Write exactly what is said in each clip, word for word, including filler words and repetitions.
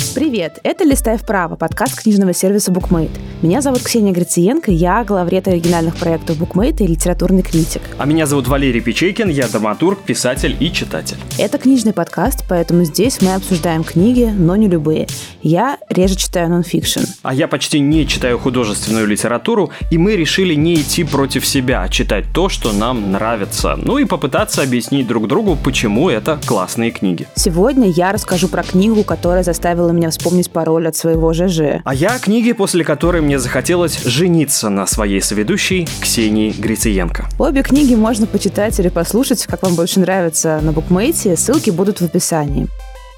Привет, это «Листай вправо», подкаст книжного сервиса BookMate. Меня зовут Ксения Грициенко, я главред оригинальных проектов BookMate и литературный критик. А меня зовут Валерий Печейкин, я драматург, писатель и читатель. Это книжный подкаст, поэтому здесь мы обсуждаем книги, но не любые. Я реже читаю нонфикшн. А я почти не читаю художественную литературу, и мы решили не идти против себя, а читать то, что нам нравится. Ну и попытаться объяснить друг другу, почему это классные книги. Сегодня я расскажу про книгу, которая заставила меня вспомнить пароль от своего ЖЖ. А я о книге, после которой мне захотелось жениться на своей соведущей Ксении Грициенко. Обе книги можно почитать или послушать, как вам больше нравится, на BookMate. Ссылки будут в описании.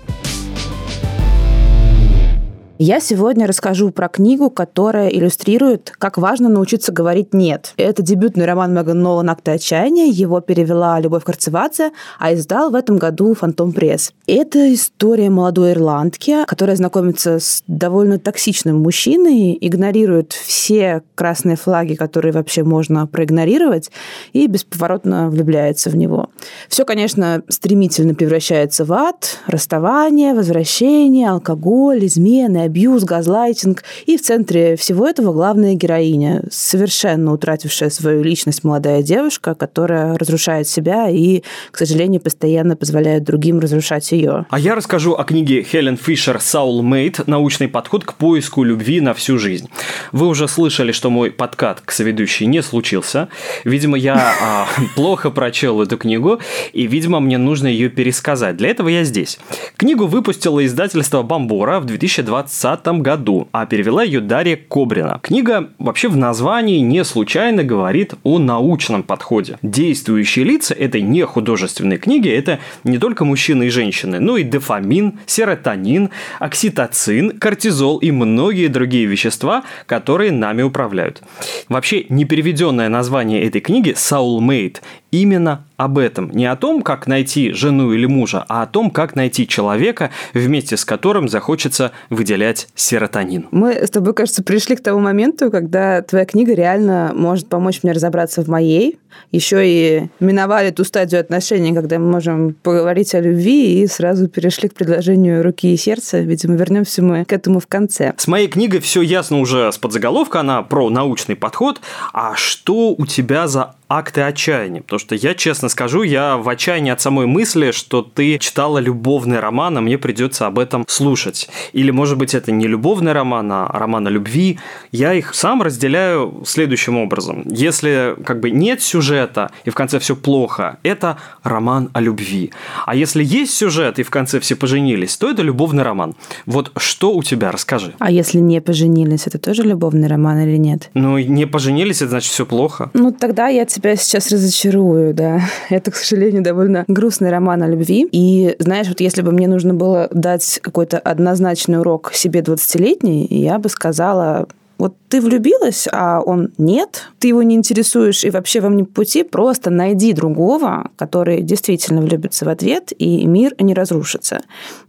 Я сегодня расскажу про книгу, которая иллюстрирует, как важно научиться говорить «нет». Это дебютный роман Меган Нолан «Акты отчаяния». Его перевела Любовь Карцевадзе, а издал в этом году Фантом Пресс. Это история молодой ирландки, которая знакомится с довольно токсичным мужчиной, игнорирует все красные флаги, которые вообще можно проигнорировать, и бесповоротно влюбляется в него. Все, конечно, стремительно превращается в ад. Расставание, возвращение, алкоголь, измены, абьюз, газлайтинг. И в центре всего этого главная героиня, совершенно утратившая свою личность молодая девушка, которая разрушает себя и, к сожалению, постоянно позволяет другим разрушать ее. А я расскажу о книге Хелен Фишер «Soulmate. Научный подход к поиску любви на всю жизнь». Вы уже слышали, что мой подкат к соведущей не случился. Видимо, я а, плохо прочел эту книгу, и, видимо, мне нужно ее пересказать. Для этого я здесь. Книгу выпустило издательство «Бомбора» в две тысячи двадцатом году, а перевела ее Дарья Кобрина. Книга вообще в названии не случайно говорит о научном подходе. Действующие лица этой нехудожественной книги – это не только мужчины и женщины, но и дофамин, серотонин, окситоцин, кортизол и многие другие вещества, которые нами управляют. Вообще, непереведенное название этой книги «Soulmate» именно об этом. Не о том, как найти жену или мужа, а о том, как найти человека, вместе с которым захочется выделять серотонин. Мы с тобой, кажется, пришли к тому моменту, когда твоя книга реально может помочь мне разобраться в моей. Еще и миновали ту стадию отношений, когда мы можем поговорить о любви, и сразу перешли к предложению руки и сердца. Видимо, вернемся мы к этому в конце. С моей книгой все ясно уже с подзаголовка, она про научный подход. А что у тебя за акты отчаяния? Потому что я, честно скажу, я в отчаянии от самой мысли, что ты читала любовный роман, а мне придется об этом слушать. Или, может быть, это не любовный роман, а роман о любви. Я их сам разделяю следующим образом. Если как бы нет сюжета, и в конце все плохо, это роман о любви. А если есть сюжет, и в конце все поженились, то это любовный роман. Вот что у тебя? Расскажи. А если не поженились, это тоже любовный роман или нет? Ну, не поженились, это значит все плохо. Ну, тогда я тебя сейчас разочарую, да. Это, к сожалению, довольно грустный роман о любви. И, знаешь, вот если бы мне нужно было дать какой-то однозначный урок себе двадцатилетней, я бы сказала... Вот ты влюбилась, а он нет, ты его не интересуешь и вообще вам не по пути, просто найди другого, который действительно влюбится в ответ, и мир не разрушится.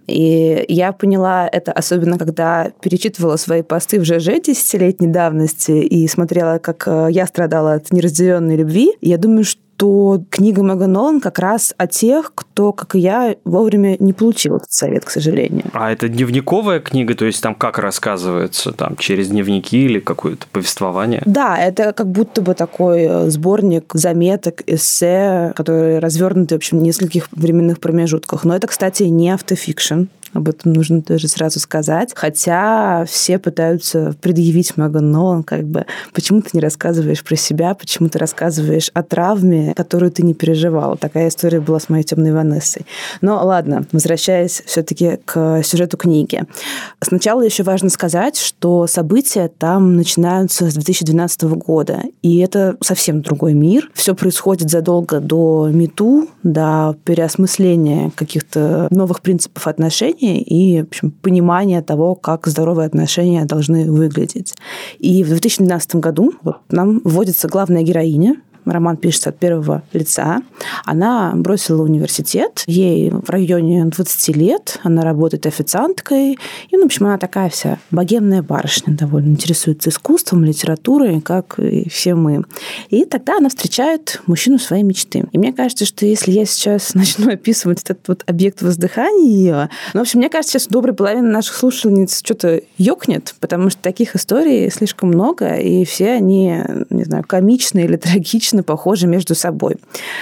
И я поняла это, особенно когда перечитывала свои посты в ЖЖ десятилетней давности и смотрела, как я страдала от неразделенной любви. Я думаю, что то книга Меган Нолан как раз о тех, кто, как и я, вовремя не получил этот совет, к сожалению. А это дневниковая книга, то есть там как рассказывается, там через дневники или какое-то повествование? Да, это как будто бы такой сборник заметок, эссе, которые развернуты, в общем, в нескольких временных промежутках. Но это, кстати, не автофикшн. Об этом нужно тоже сразу сказать. Хотя все пытаются предъявить Меган Нолан, как бы, почему ты не рассказываешь про себя, почему ты рассказываешь о травме, которую ты не переживала. Такая история была с моей темной Ванессой. Но ладно, возвращаясь все-таки к сюжету книги. Сначала еще важно сказать, что события там начинаются с две тысячи двенадцатого года. И это совсем другой мир. Все происходит задолго до МИТУ, до переосмысления каких-то новых принципов отношений и, в общем, понимание того, как здоровые отношения должны выглядеть. И в две тысячи двенадцатом году вот нам вводится главная героиня, роман пишется от первого лица. Она бросила университет, ей в районе двадцати лет, она работает официанткой, и, ну, в общем, она такая вся богемная барышня, довольно интересуется искусством, литературой, как и все мы. И тогда она встречает мужчину своей мечты. И мне кажется, что если я сейчас начну описывать этот вот объект воздыхания ее, ну, в общем, мне кажется, сейчас добрая половина наших слушательниц что-то ёкнет, потому что таких историй слишком много, и все они, не знаю, комичные или трагично похожи между собой.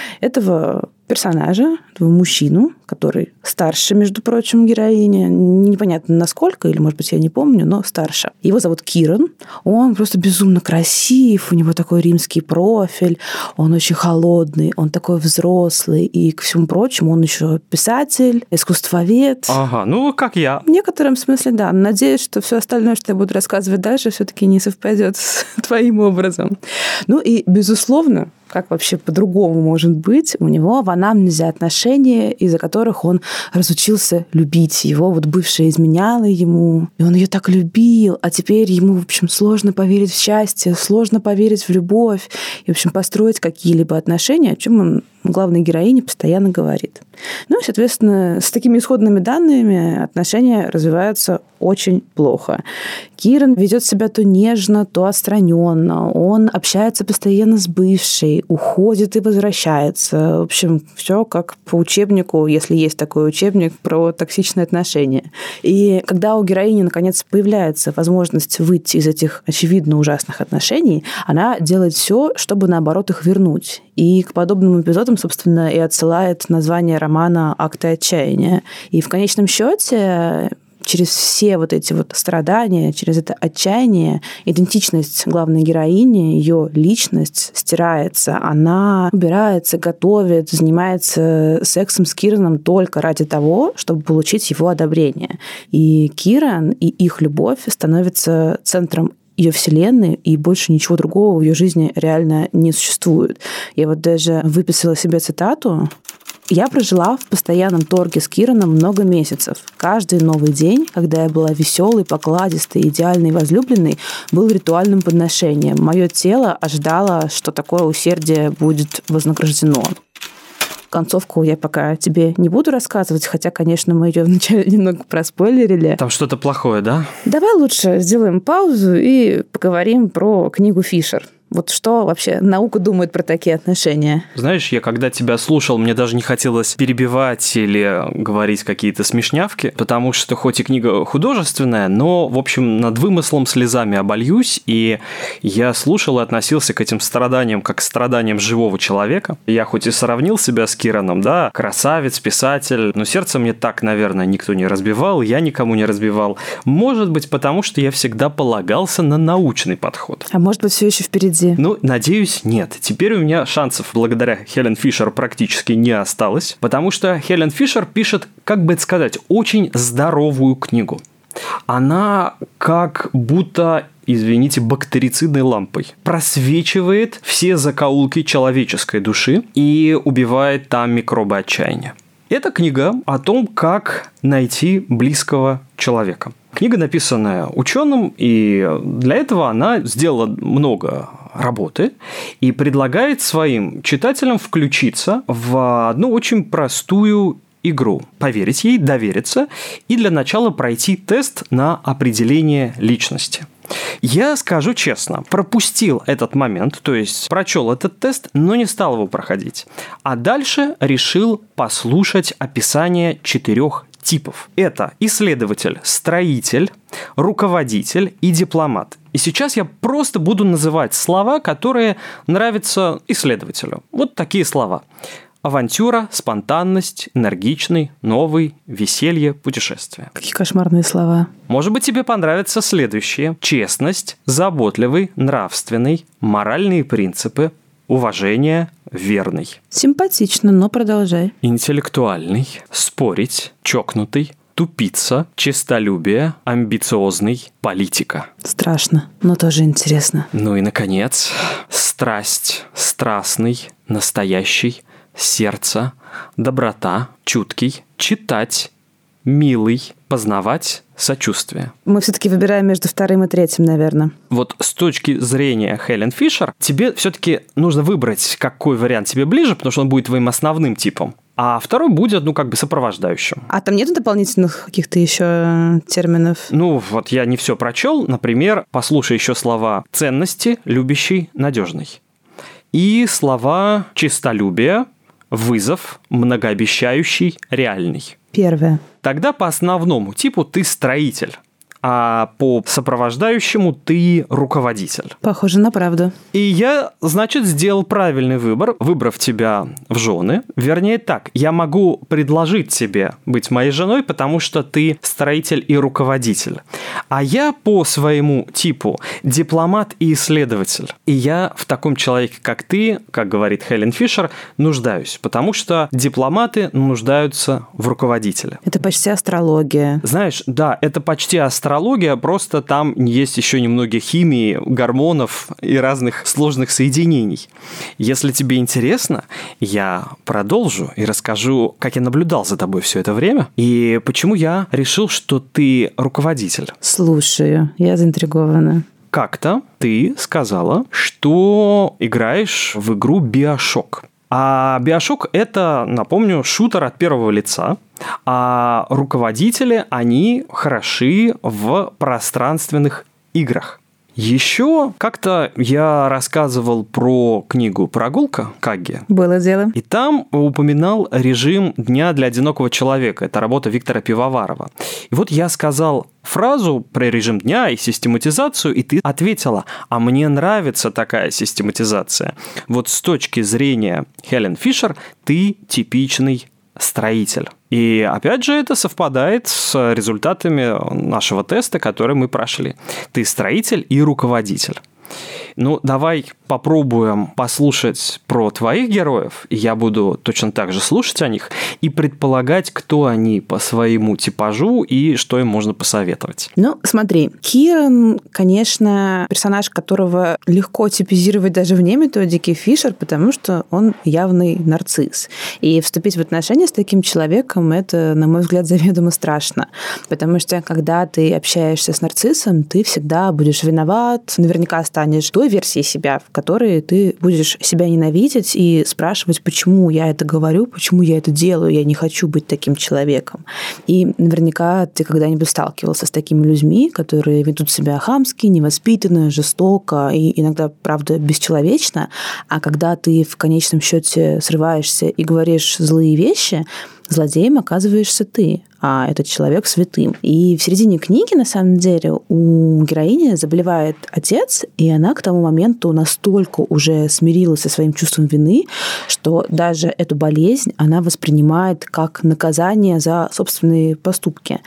Этого персонажа, этого мужчину, который старше, между прочим, героини, непонятно насколько, или, может быть, я не помню, но старше. Его зовут Киран, он просто безумно красив, у него такой римский профиль, он очень холодный, он такой взрослый, и, ко всему прочему, он еще писатель, искусствовед. Ага, ну, как я. В некотором смысле, да. Надеюсь, что все остальное, что я буду рассказывать дальше, все-таки не совпадет с твоим образом. Ну и, безусловно, как вообще по-другому может быть, у него в анамнезе отношения, из-за которых он разучился любить. Его вот бывшая изменяла ему, и он ее так любил, а теперь ему, в общем, сложно поверить в счастье, сложно поверить в любовь и, в общем, построить какие-либо отношения, о чем он главной героине постоянно говорит. Ну и, соответственно, с такими исходными данными отношения развиваются очень плохо. Киран ведет себя то нежно, то отстраненно. Он общается постоянно с бывшей, уходит и возвращается. В общем, все как по учебнику, если есть такой учебник про токсичные отношения. И когда у героини, наконец, появляется возможность выйти из этих очевидно ужасных отношений, она делает все, чтобы, наоборот, их вернуть. И к подобным эпизодам, собственно, и отсылает название романа «Акты отчаяния». И в конечном счете через все вот эти вот страдания, через это отчаяние, идентичность главной героини, ее личность стирается. Она убирается, готовит, занимается сексом с Кираном только ради того, чтобы получить его одобрение. И Киран и их любовь становятся центром ее вселенной, и больше ничего другого в ее жизни реально не существует. Я вот даже выписала себе цитату. «Я прожила в постоянном торге с Кираном много месяцев. Каждый новый день, когда я была веселой, покладистой, идеальной, возлюбленной, был ритуальным подношением. Мое тело ожидало, что такое усердие будет вознаграждено». Концовку я пока тебе не буду рассказывать, хотя, конечно, мы ее вначале немного проспойлерили. Там что-то плохое, да? Давай лучше сделаем паузу и поговорим про книгу Фишер. Вот что вообще наука думает про такие отношения? Знаешь, я когда тебя слушал, мне даже не хотелось перебивать или говорить какие-то смешнявки, потому что хоть и книга художественная, но, в общем, над вымыслом слезами обольюсь, и я слушал и относился к этим страданиям как к страданиям живого человека. Я хоть и сравнил себя с Кираном, да, красавец, писатель, но сердце мне так, наверное, никто не разбивал, я никому не разбивал. Может быть, потому что я всегда полагался на научный подход. А может быть, все еще впереди? Ну, надеюсь, нет. Теперь у меня шансов благодаря Хелен Фишер практически не осталось, потому что Хелен Фишер пишет, как бы это сказать, очень здоровую книгу. Она как будто, извините, бактерицидной лампой просвечивает все закоулки человеческой души и убивает там микробы отчаяния. Это книга о том, как найти близкого человека. Книга, написанная ученым, и для этого она сделала много работы и предлагает своим читателям включиться в одну очень простую игру. Поверить ей, довериться и для начала пройти тест на определение личности. Я скажу честно, пропустил этот момент, то есть прочел этот тест, но не стал его проходить. А дальше решил послушать описание четырех типов. Это исследователь, строитель, руководитель и дипломат. И сейчас я просто буду называть слова, которые нравятся исследователю. Вот такие слова. Авантюра, спонтанность, энергичный, новый, веселье, путешествие. Какие кошмарные слова. Может быть, тебе понравятся следующие. Честность, заботливый, нравственный, моральные принципы, уважение, верный. Симпатично, но продолжай. Интеллектуальный, спорить, чокнутый, тупица, честолюбие, амбициозный, политика. Страшно, но тоже интересно. Ну и, наконец, страсть, страстный, настоящий, сердце, доброта, чуткий, читать, милый, познавать, сочувствие. Мы все-таки выбираем между вторым и третьим, наверное. Вот с точки зрения Хелен Фишер, тебе все-таки нужно выбрать, какой вариант тебе ближе, потому что он будет твоим основным типом. А второй будет, ну, как бы сопровождающим. А там нет дополнительных каких-то еще терминов? Ну, вот я не все прочел. Например, послушай еще слова «ценности», «любящий», «надежный». И слова «честолюбие», «вызов», «многообещающий», «реальный». Первое. Тогда по основному типу ты строитель, а по сопровождающему ты руководитель. Похоже на правду. И я, значит, сделал правильный выбор, выбрав тебя в жены. Вернее так, я могу предложить тебе быть моей женой, потому что ты строитель и руководитель. А я по своему типу дипломат и исследователь. И я в таком человеке, как ты, как говорит Хелен Фишер, нуждаюсь, потому что дипломаты нуждаются в руководителе. Это почти астрология. Знаешь, да, это почти астрология. Астрология, просто там есть еще немного химии, гормонов и разных сложных соединений. Если тебе интересно, я продолжу и расскажу, как я наблюдал за тобой все это время и почему я решил, что ты руководитель. Слушаю, я заинтригована. Как-то ты сказала, что играешь в игру BioShock. А BioShock – это, напомню, шутер от первого лица, а руководители, они хороши в пространственных играх. Еще как-то я рассказывал про книгу «Прогулка» Кагги. Было дело. И там упоминал режим дня для одинокого человека. Это работа Виктора Пивоварова. И вот я сказал фразу про режим дня и систематизацию, и ты ответила, а мне нравится такая систематизация. Вот с точки зрения Хелен Фишер ты типичный строитель. И опять же это совпадает с результатами нашего теста, который мы прошли. Ты строитель и руководитель. Ну, давай попробуем послушать про твоих героев, и я буду точно так же слушать о них и предполагать, кто они по своему типажу и что им можно посоветовать. Ну, смотри, Киран, конечно, персонаж, которого легко типизировать даже вне методики Фишер, потому что он явный нарцисс. И вступить в отношения с таким человеком, это, на мой взгляд, заведомо страшно. Потому что, когда ты общаешься с нарциссом, ты всегда будешь виноват, наверняка станешь той версией себя, в которой ты будешь себя ненавидеть и спрашивать, почему я это говорю, почему я это делаю, я не хочу быть таким человеком. И наверняка ты когда-нибудь сталкивался с такими людьми, которые ведут себя хамски, невоспитанно, жестоко и иногда, правда, бесчеловечно, а когда ты в конечном счете срываешься и говоришь злые вещи, злодеем оказываешься ты, а этот человек святым. И в середине книги, на самом деле, у героини заболевает отец, и она к тому моменту настолько уже смирилась со своим чувством вины, что даже эту болезнь она воспринимает как наказание за собственные поступки.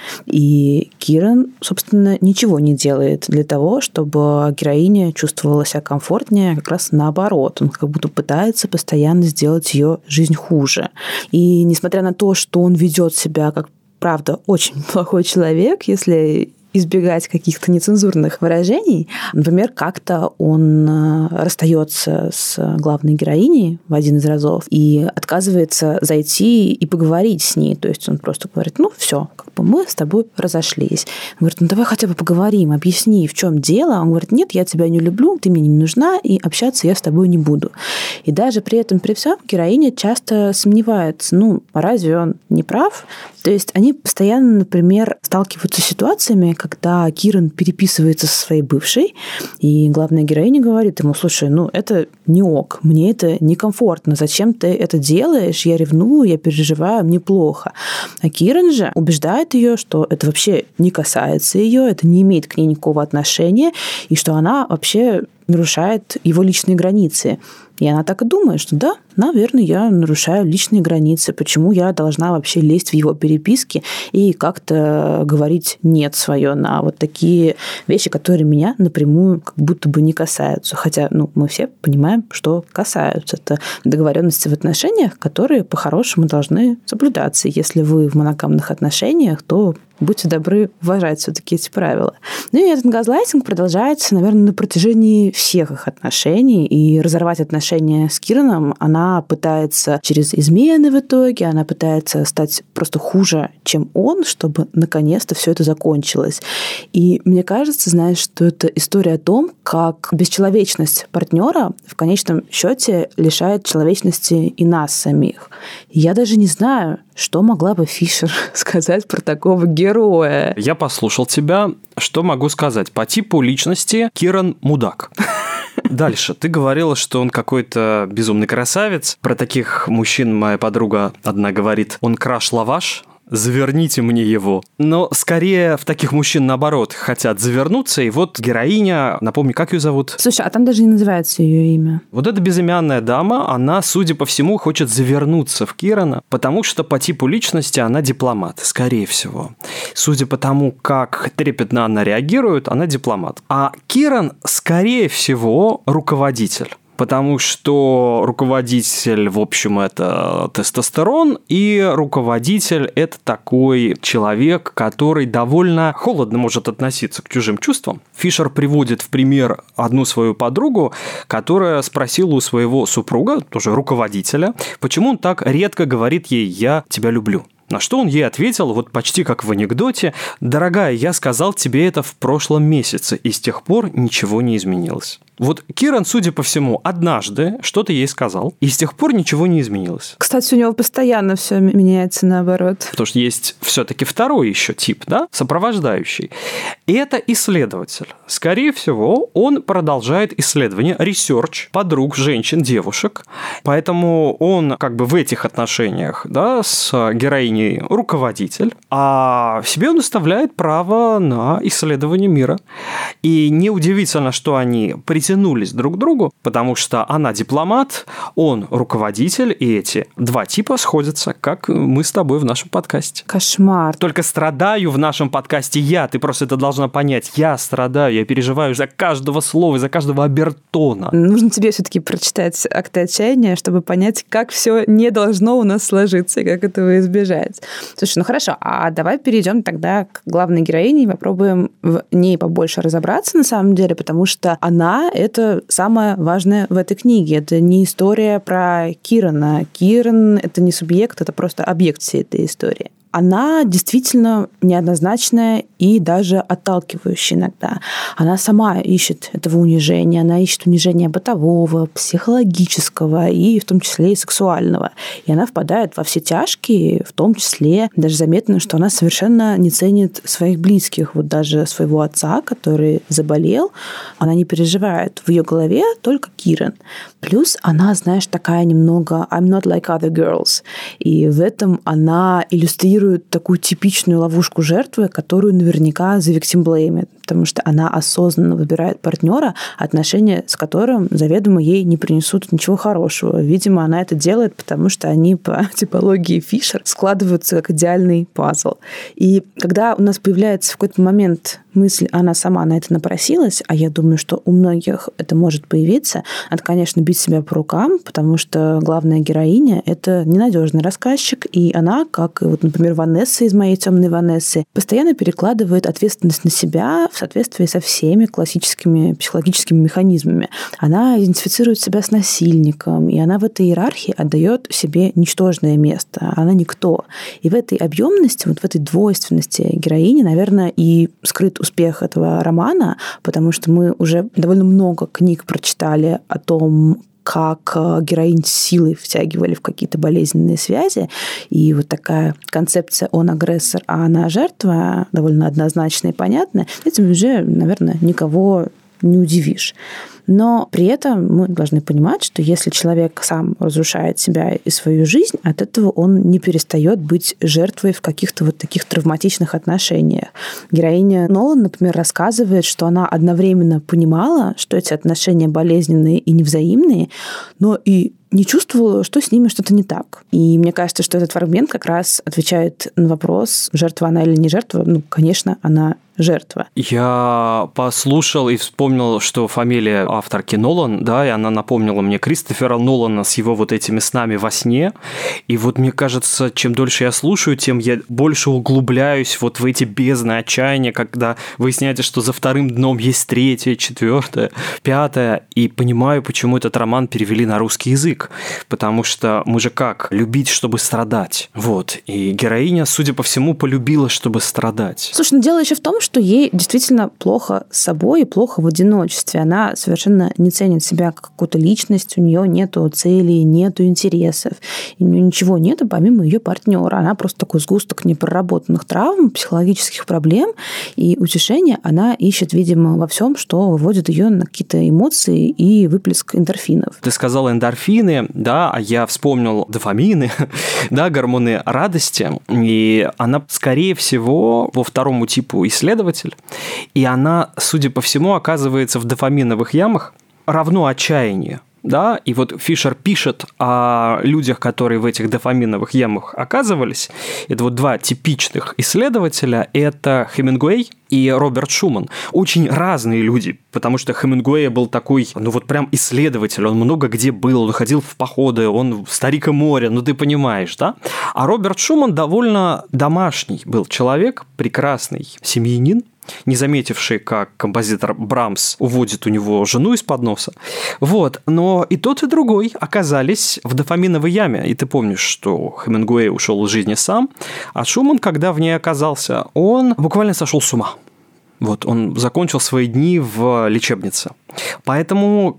И Киран, собственно, ничего не делает для того, чтобы героиня чувствовала себя комфортнее, как раз наоборот. Он как будто пытается постоянно сделать ее жизнь хуже. И несмотря на то, что он ведет себя как, правда, очень плохой человек, если избегать каких-то нецензурных выражений. Например, как-то он расстается с главной героиней в один из разов и отказывается зайти и поговорить с ней. То есть он просто говорит, ну все, как бы мы с тобой разошлись. Он говорит, ну давай хотя бы поговорим, объясни, в чем дело. Он говорит, нет, я тебя не люблю, ты мне не нужна, и общаться я с тобой не буду. И даже при этом, при всем, героиня часто сомневается, ну, разве он не прав? То есть они постоянно, например, сталкиваются с ситуациями, когда Киран переписывается со своей бывшей, и главная героиня говорит ему, слушай, ну это не ок, мне это некомфортно, зачем ты это делаешь, я ревную, я переживаю, мне плохо. А Киран же убеждает ее, что это вообще не касается ее, это не имеет к ней никакого отношения, и что она вообще нарушает его личные границы. И она так и думает, что да, наверное, я нарушаю личные границы. Почему я должна вообще лезть в его переписки и как-то говорить «нет» свое на вот такие вещи, которые меня напрямую как будто бы не касаются. Хотя ну, мы все понимаем, что касаются. Это договоренности в отношениях, которые по-хорошему должны соблюдаться. Если вы в моногамных отношениях, то будьте добры уважать все-таки эти правила. Ну и этот газлайтинг продолжается, наверное, на протяжении всех их отношений. И разорвать отношения с Кираном она пытается через измены в итоге, она пытается стать просто хуже, чем он, чтобы наконец-то все это закончилось. И мне кажется, знаешь, что это история о том, как бесчеловечность партнера в конечном счете лишает человечности и нас самих. И я даже не знаю, что могла бы Фишер сказать про такого героя. Я послушал тебя. Что могу сказать? По типу личности Киран мудак. Дальше. Ты говорила, что он какой-то безумный красавец. Про таких мужчин моя подруга одна говорит, он краш-лаваш. Заверните мне его. Но скорее в таких мужчин, наоборот, хотят завернуться. И вот героиня, напомню, как ее зовут? Слушай, а там даже не называется ее имя. Вот эта безымянная дама, она, судя по всему, хочет завернуться в Кирана, потому что по типу личности она дипломат, скорее всего. Судя по тому, как трепетно она реагирует, она дипломат. А Киран, скорее всего, руководитель. Потому что руководитель, в общем, это тестостерон, и руководитель – это такой человек, который довольно холодно может относиться к чужим чувствам. Фишер приводит в пример одну свою подругу, которая спросила у своего супруга, тоже руководителя, почему он так редко говорит ей «я тебя люблю». На что он ей ответил, вот почти как в анекдоте, «Дорогая, я сказал тебе это в прошлом месяце, и с тех пор ничего не изменилось». Вот Киран, судя по всему, однажды что-то ей сказал, и с тех пор ничего не изменилось. Кстати, у него постоянно все меняется наоборот. Потому что есть все-таки второй еще тип, да, сопровождающий. И это исследователь. Скорее всего, он продолжает исследование, ресерч подруг, женщин, девушек. Поэтому он как бы в этих отношениях, да, с героиней руководитель, а в себе он оставляет право на исследование мира. И неудивительно, что они притянулись друг к другу, потому что она дипломат, он руководитель, и эти два типа сходятся, как мы с тобой в нашем подкасте. Кошмар. Только страдаю в нашем подкасте я, ты просто это должна понять. Я страдаю, я переживаю за каждого слова, за каждого обертона. Нужно тебе все-таки прочитать «Акты отчаяния», чтобы понять, как все не должно у нас сложиться и как этого избежать. Слушай, ну хорошо, а давай перейдем тогда к главной героине и попробуем в ней побольше разобраться на самом деле, потому что она — это самое важное в этой книге. Это не история про Кирана. Киран — это не субъект, это просто объект всей этой истории. Она действительно неоднозначная и даже отталкивающая иногда. Она сама ищет этого унижения, она ищет унижения бытового, психологического и в том числе и сексуального. И она впадает во все тяжкие, в том числе даже заметно, что она совершенно не ценит своих близких. Вот даже своего отца, который заболел, она не переживает. В ее голове только Киран. Плюс она, знаешь, такая немного I'm not like other girls. И в этом она иллюстрирует такую типичную ловушку жертвы, которую наверняка завиктимблеймит, потому что она осознанно выбирает партнера, отношения с которым заведомо ей не принесут ничего хорошего. Видимо, она это делает, потому что они по типологии Фишер складываются как идеальный пазл. И когда у нас появляется в какой-то момент мысль, она сама на это напросилась, а я думаю, что у многих это может появиться, надо, конечно, бить себя по рукам, потому что главная героиня — это ненадежный рассказчик, и она, как, вот, например, Ванесса из «Моей темной Ванессы», постоянно перекладывает ответственность на себя в соответствии со всеми классическими психологическими механизмами. Она идентифицирует себя с насильником, и она в этой иерархии отдает себе ничтожное место. Она никто. И в этой объемности, вот в этой двойственности героини, наверное, и скрыт успех этого романа, потому что мы уже довольно много книг прочитали о том, как героинь силой втягивали в какие-то болезненные связи. И вот такая концепция «он агрессор, а она жертва» довольно однозначная и понятная. Этим уже, наверное, никого не удивишь. Но при этом мы должны понимать, что если человек сам разрушает себя и свою жизнь, от этого он не перестает быть жертвой в каких-то вот таких травматичных отношениях. Героиня Нолан, например, рассказывает, что она одновременно понимала, что эти отношения болезненные и невзаимные, но и не чувствовала, что с ними что-то не так. И мне кажется, что этот фрагмент как раз отвечает на вопрос, жертва она или не жертва. Ну, конечно, она жертва. Я послушал и вспомнил, что фамилия авторки Нолан, да, и она напомнила мне Кристофера Нолана с его вот этими снами во сне. И вот мне кажется, чем дольше я слушаю, тем я больше углубляюсь вот в эти бездны отчаяния, когда выясняется, что за вторым дном есть третье, четвертое, пятое, и понимаю, почему этот роман перевели на русский язык. Потому что мы же как? Любить, чтобы страдать. Вот. И героиня, судя по всему, полюбила, чтобы страдать. Слушай, ну дело еще в том, что ей действительно плохо с собой и плохо в одиночестве. Она совершенно не ценит себя как какую-то личность, у нее нету целей, нету интересов, у нее ничего нету помимо ее партнера. Она просто такой сгусток непроработанных травм, психологических проблем, и утешение она ищет, видимо, во всем, что выводит ее на какие-то эмоции и выплеск эндорфинов. Ты сказала эндорфины, да, а я вспомнил дофамины, да, гормоны радости, и она, скорее всего, во второму типу исследователь, и она, судя по всему, оказывается в дофаминовых ямах, равно отчаянию. Да, и вот Фишер пишет о людях, которые в этих дофаминовых ямах оказывались. Это вот два типичных исследователя. Это Хемингуэй и Роберт Шуман. Очень разные люди, потому что Хемингуэй был такой, ну вот прям исследователь. Он много где был, он ходил в походы, он старик и море, ну ты понимаешь, да? А Роберт Шуман довольно домашний был человек, прекрасный семьянин, не заметивший, как композитор Брамс уводит у него жену из-под носа. Вот. Но и тот, и другой оказались в дофаминовой яме. И ты помнишь, что Хемингуэй ушел из жизни сам, а Шуман, когда в ней оказался, он буквально сошел с ума. Вот, он закончил свои дни в лечебнице. Поэтому,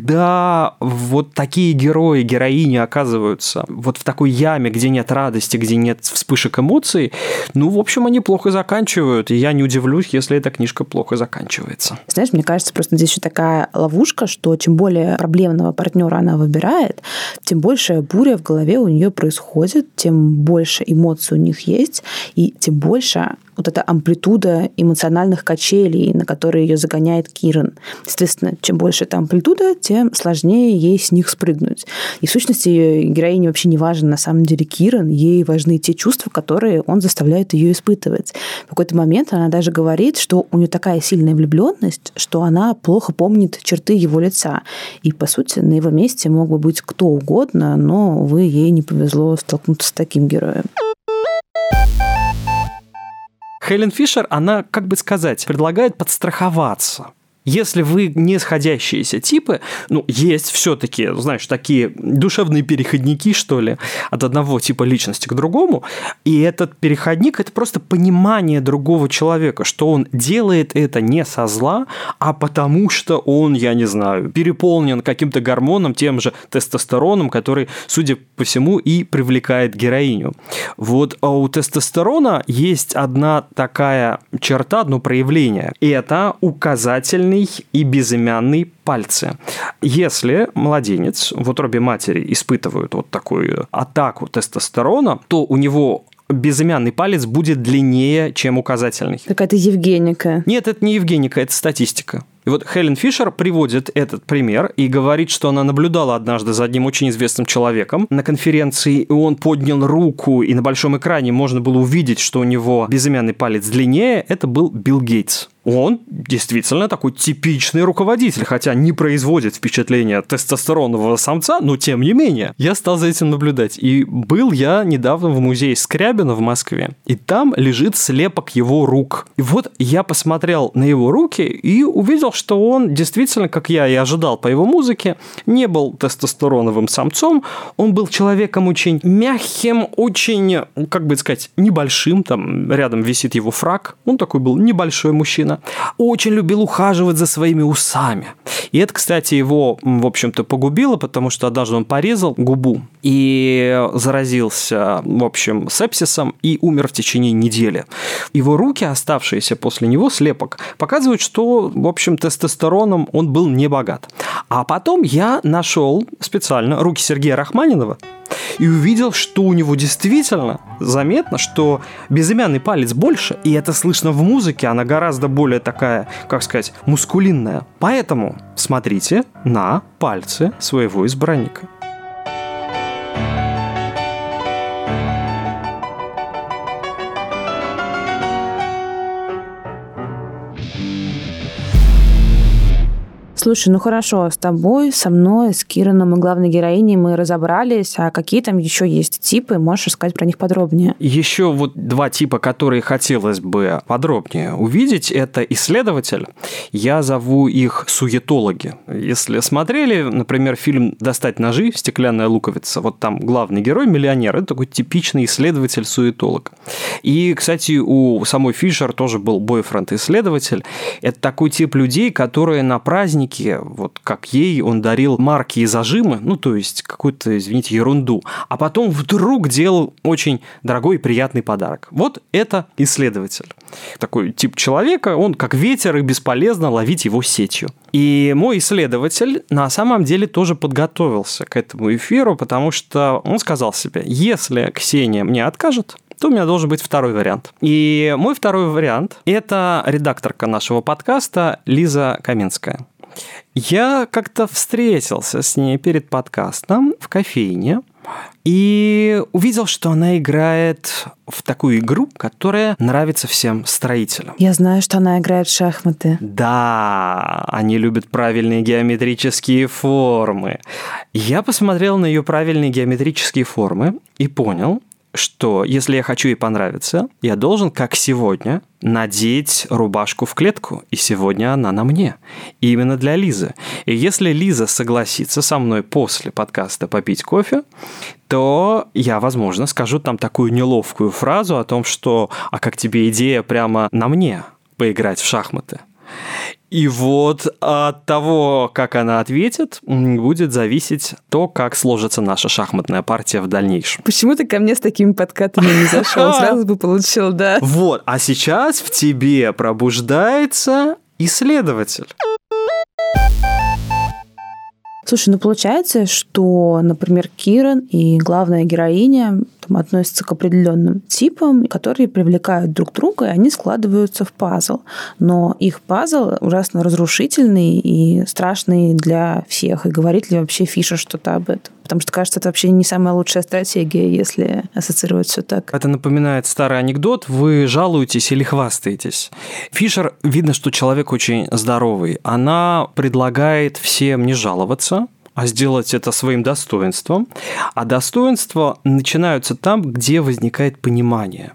когда вот такие герои, героини оказываются вот в такой яме, где нет радости, где нет вспышек эмоций, ну, в общем, они плохо заканчивают, и я не удивлюсь, если эта книжка плохо заканчивается. Знаешь, мне кажется, просто здесь еще такая ловушка, что чем более проблемного партнера она выбирает, тем больше буря в голове у нее происходит, тем больше эмоций у них есть, и тем больше вот эта амплитуда эмоциональных качелей, на которые ее загоняет Киран. Естественно, чем больше эта амплитуда, тем сложнее ей с них спрыгнуть. И в сущности героине вообще не важен на самом деле Киран, ей важны те чувства, которые он заставляет ее испытывать. В какой-то момент она даже говорит, что у нее такая сильная влюбленность, что она плохо помнит черты его лица. И, по сути, на его месте мог бы быть кто угодно, но, увы, ей не повезло столкнуться с таким героем. Хелен Фишер, она, как бы сказать, предлагает подстраховаться. Если вы не сходящиеся типы, ну, есть все-таки, знаешь, такие душевные переходники, что ли, от одного типа личности к другому, и этот переходник – это просто понимание другого человека, что он делает это не со зла, а потому что он, я не знаю, переполнен каким-то гормоном, тем же тестостероном, который, судя по всему, и привлекает героиню. Вот а у тестостерона есть одна такая черта, одно проявление, и это указательный и безымянный пальцы. Если младенец в утробе матери испытывает вот такую атаку тестостерона, то у него безымянный палец будет длиннее, чем указательный. Какая-то Евгеника. Нет, это не Евгеника, это статистика. И вот Хелен Фишер приводит этот пример и говорит, что она наблюдала однажды за одним очень известным человеком на конференции, и он поднял руку, и на большом экране можно было увидеть, что у него безымянный палец длиннее. Это был Билл Гейтс. Он действительно такой типичный руководитель, хотя не производит впечатления тестостеронового самца, но тем не менее. Я стал за этим наблюдать. И был я недавно в музее Скрябина в Москве, и там лежит слепок его рук. И вот я посмотрел на его руки и увидел, что он действительно, как я и ожидал по его музыке, не был тестостероновым самцом. Он был человеком очень мягким, очень, как бы сказать, небольшим. Там рядом висит его фрак. Он такой был небольшой мужчина. Очень любил ухаживать за своими усами. И это, кстати, его, в общем-то, погубило, потому что однажды он порезал губу и заразился, в общем, сепсисом и умер в течение недели. Его руки, оставшиеся после него, слепок, показывают, что, в общем, тестостероном он был не богат. А потом я нашел специально руки Сергея Рахманинова и увидел, что у него действительно заметно, что безымянный палец больше, и это слышно в музыке, она гораздо более такая, как сказать, мускулинная. Поэтому смотрите на пальцы своего избранника. Слушай, ну хорошо, с тобой, со мной, с Кираном и главной героиней мы разобрались, а какие там еще есть типы? Можешь рассказать про них подробнее? Еще вот два типа, которые хотелось бы подробнее увидеть, это исследователь. Я зову их суетологи. Если смотрели, например, фильм «Достать ножи», «Стеклянная луковица», вот там главный герой, миллионер, это такой типичный исследователь-суетолог. И, кстати, у самой Фишер тоже был бойфренд-исследователь. Это такой тип людей, которые на празднике, вот как ей, он дарил марки и зажимы, ну, то есть какую-то, извините, ерунду, а потом вдруг делал очень дорогой и приятный подарок. Вот это исследователь. Такой тип человека, он как ветер, и бесполезно ловить его сетью. И мой исследователь на самом деле тоже подготовился к этому эфиру, потому что он сказал себе, если Ксения мне откажет, то у меня должен быть второй вариант. И мой второй вариант – это редакторка нашего подкаста Лиза Каменская. Я как-то встретился с ней перед подкастом в кофейне и увидел, что она играет в такую игру, которая нравится всем строителям. Я знаю, что она играет в шахматы. Да, они любят правильные геометрические формы. Я посмотрел на ее правильные геометрические формы и понял, что если я хочу ей понравиться, я должен, как сегодня, надеть рубашку в клетку, и сегодня она на мне. И именно для Лизы. И если Лиза согласится со мной после подкаста попить кофе, то я, возможно, скажу там такую неловкую фразу о том, что «а как тебе идея прямо на мне поиграть в шахматы?» И вот от того, как она ответит, будет зависеть то, как сложится наша шахматная партия в дальнейшем. Почему ты ко мне с такими подкатами не зашел? Сразу бы получил, да. Вот, а сейчас в тебе пробуждается исследователь. Слушай, ну получается, что, например, Киран и главная героиня там, относятся к определенным типам, которые привлекают друг друга, и они складываются в пазл. Но их пазл ужасно разрушительный и страшный для всех. И говорит ли вообще Фишер что-то об этом? Потому что, кажется, это вообще не самая лучшая стратегия, если ассоциировать все так. Это напоминает старый анекдот. Вы жалуетесь или хвастаетесь. Фишер, видно, что человек очень здоровый. Она предлагает всем не жаловаться, а сделать это своим достоинством. А достоинства начинаются там, где возникает понимание.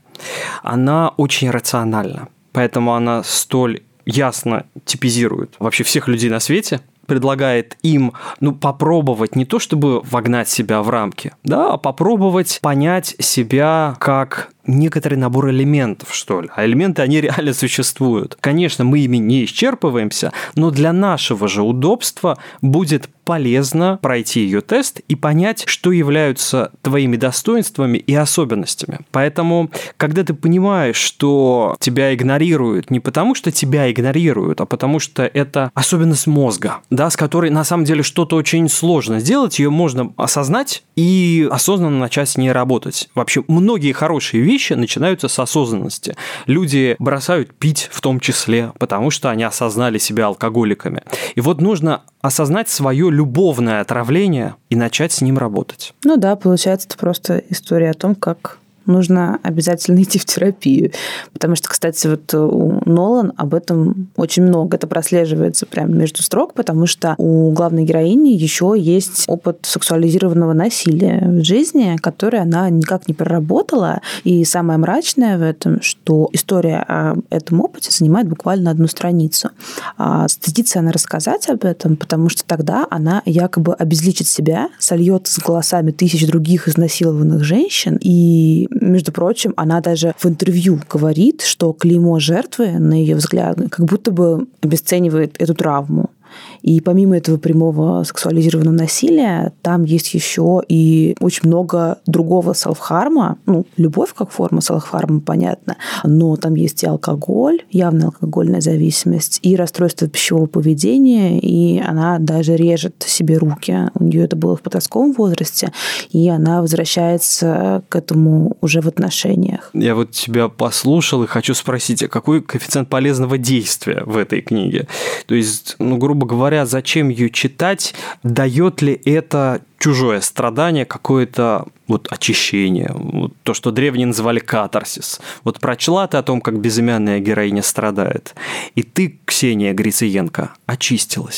Она очень рациональна, поэтому она столь ясно типизирует вообще всех людей на свете, предлагает им, ну, попробовать не то, чтобы вогнать себя в рамки, да, а попробовать понять себя как некоторый набор элементов, что ли. А элементы, они реально существуют. Конечно, мы ими не исчерпываемся, но для нашего же удобства будет полезно пройти ее тест и понять, что являются твоими достоинствами и особенностями. Поэтому, когда ты понимаешь, что тебя игнорируют не потому, что тебя игнорируют, а потому что это особенность мозга, да, с которой на самом деле что-то очень сложно сделать, ее можно осознать и осознанно начать с ней работать. Вообще, многие хорошие вещи начинаются с осознанности. Люди бросают пить в том числе, потому что они осознали себя алкоголиками. И вот нужно осознать свое любовное отравление и начать с ним работать. Ну да, получается, это просто история о том, как нужно обязательно идти в терапию. Потому что, кстати, вот у Нолан об этом очень много. Это прослеживается прямо между строк, потому что у главной героини еще есть опыт сексуализированного насилия в жизни, который она никак не проработала. И самое мрачное в этом, что история о этом опыте занимает буквально одну страницу. А стыдится она рассказать об этом, потому что тогда она якобы обезличит себя, сольет с голосами тысяч других изнасилованных женщин, и между прочим, она даже в интервью говорит, что клеймо жертвы, на ее взгляд, как будто бы обесценивает эту травму. И помимо этого прямого сексуализированного насилия, там есть еще и очень много другого селф-харма. Ну, любовь как форма селф-харма, понятно. Но там есть и алкоголь, явная алкогольная зависимость, и расстройство пищевого поведения, и она даже режет себе руки. У нее это было в подростковом возрасте, и она возвращается к этому уже в отношениях. Я вот тебя послушал и хочу спросить, а какой коэффициент полезного действия в этой книге? То есть, ну, грубо говоря, зачем ее читать? Дает ли это чужое страдание какое-то вот очищение? Вот то, что древние называли катарсис. Вот прочла ты о том, как безымянная героиня страдает, и ты, Ксения Грициенко, очистилась.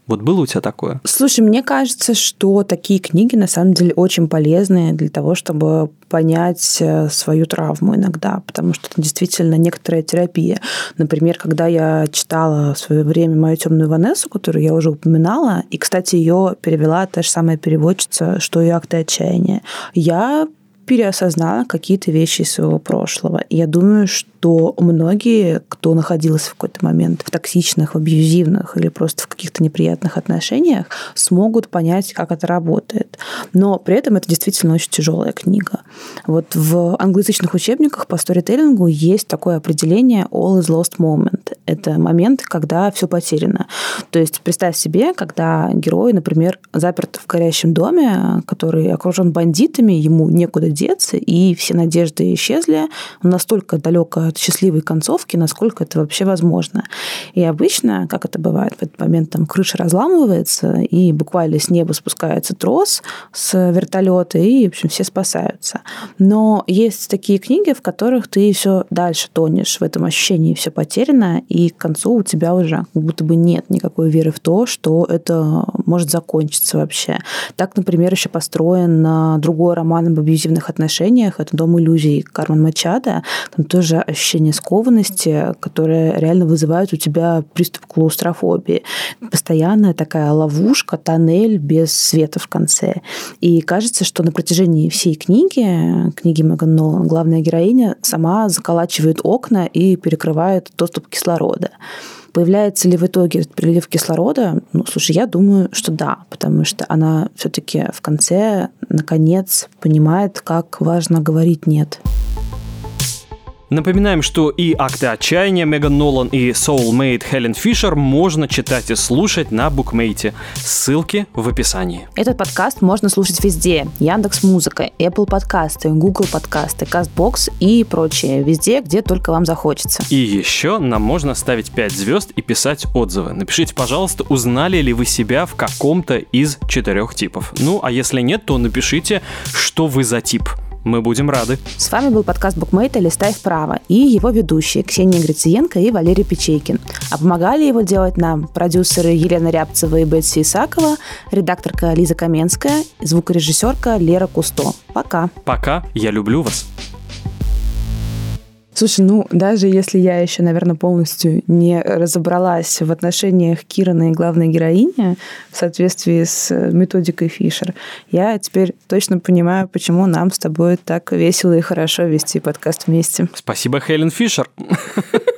Вот было у тебя такое? Слушай, мне кажется, что такие книги на самом деле очень полезны для того, чтобы понять свою травму иногда, потому что это действительно некоторая терапия. Например, когда я читала в свое время «Мою темную Ванессу», которую я уже упоминала, и, кстати, ее перевела та же самая переводчица, что и «Акты отчаяния», я переосознала какие-то вещи из своего прошлого. И я думаю, что многие, кто находился в какой-то момент в токсичных, в абьюзивных или просто в каких-то неприятных отношениях, смогут понять, как это работает. Но при этом это действительно очень тяжелая книга. Вот в англоязычных учебниках по сторителлингу есть такое определение all is lost moment. Это момент, когда все потеряно. То есть представь себе, когда герой, например, заперт в горящем доме, который окружен бандитами, ему некуда деться, и все надежды исчезли. Он настолько далек от счастливой концовки, насколько это вообще возможно. И обычно, как это бывает, в этот момент там крыша разламывается, и буквально с неба спускается трос с вертолета, и, в общем, все спасаются. Но есть такие книги, в которых ты все дальше тонешь в этом ощущении, все потеряно, и к концу у тебя уже как будто бы нет никакой веры в то, что это может закончиться вообще. Так, например, еще построен другой роман об абьюзивных отношениях. Это «Дом иллюзий» Кармен Мачадо. Там тоже ощущение скованности, которое реально вызывает у тебя приступ клаустрофобии. Постоянная такая ловушка, тоннель без света в конце. И кажется, что на протяжении всей книги, книги Меган Нолан, главная героиня сама заколачивает окна и перекрывает доступ кислорода. Появляется ли в итоге этот прилив кислорода? Ну, слушай, я думаю, что да, потому что она все-таки в конце, наконец, понимает, как важно говорить «нет». Напоминаем, что и «Акты отчаяния» Меган Нолан, и «Soulmate» Хелен Фишер можно читать и слушать на букмейте. Ссылки в описании. Этот подкаст можно слушать везде. Яндекс.Музыка, Apple подкасты, Google подкасты, Castbox и прочее. Везде, где только вам захочется. И еще нам можно ставить пять звезд и писать отзывы. Напишите, пожалуйста, узнали ли вы себя в каком-то из четырех типов. Ну, а если нет, то напишите, что вы за тип. Мы будем рады. С вами был подкаст Букмейта «Листай вправо» и его ведущие Ксения Грициенко и Валерий Печейкин. А помогали его делать нам продюсеры Елена Рябцева и Бетси Исакова, редакторка Лиза Каменская, звукорежиссерка Лера Кусто. Пока. Пока. Я люблю вас. Слушай, ну, даже если я еще, наверное, полностью не разобралась в отношениях Кирана и главной героини в соответствии с методикой Фишер, я теперь точно понимаю, почему нам с тобой так весело и хорошо вести подкаст вместе. Спасибо, Хелен Фишер.